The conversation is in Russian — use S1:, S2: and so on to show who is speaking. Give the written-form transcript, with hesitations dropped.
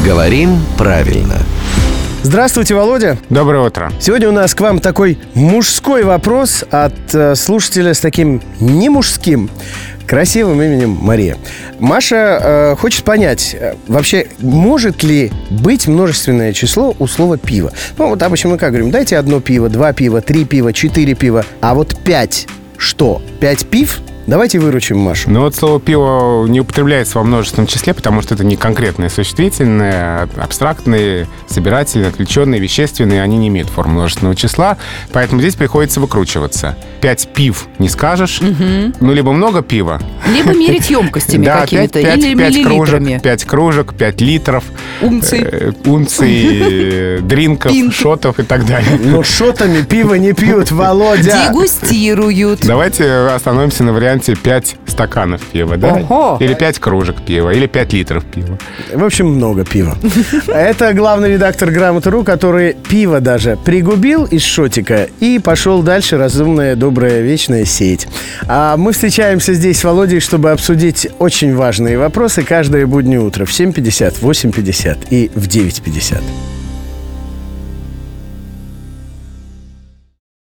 S1: Говорим правильно.
S2: Здравствуйте, Володя.
S3: Доброе утро.
S2: Сегодня у нас к вам такой мужской вопрос от слушателя с таким немужским, красивым именем Мария. Маша хочет понять, вообще может ли быть множественное число у слова «пиво». Ну, вот обычно мы как говорим, дайте одно пиво, 2 пива, 3 пива, 4 пива. А вот 5 что? 5 пив? Давайте выручим Машу.
S3: Ну вот слово «пиво» не употребляется во множественном числе, потому что это не конкретные существительные, абстрактные, собирательные, отвлеченные, вещественные. Они не имеют формы множественного числа, поэтому здесь приходится выкручиваться. 5 пив не скажешь, ну либо много пива.
S4: Либо мерить емкостями какими-то, или миллилитрами.
S3: 5 кружек, 5 литров.
S4: Унций.
S3: Дринков, шотов и так далее.
S2: Но шотами пиво не пьют, Володя.
S4: Дегустируют.
S3: Давайте остановимся на варианте 5 стаканов пива, да?
S4: Ого.
S3: Или 5 кружек пива, или 5 литров пива.
S2: В общем, много пива. Это главный редактор «Грамоты.ру», который пиво даже пригубил из шотика и пошел дальше разумная, добрая, вечная сеть. А мы встречаемся здесь с Володей, чтобы обсудить очень важные вопросы каждое буднее утро в 7:50, в 8:50 и в 9:50.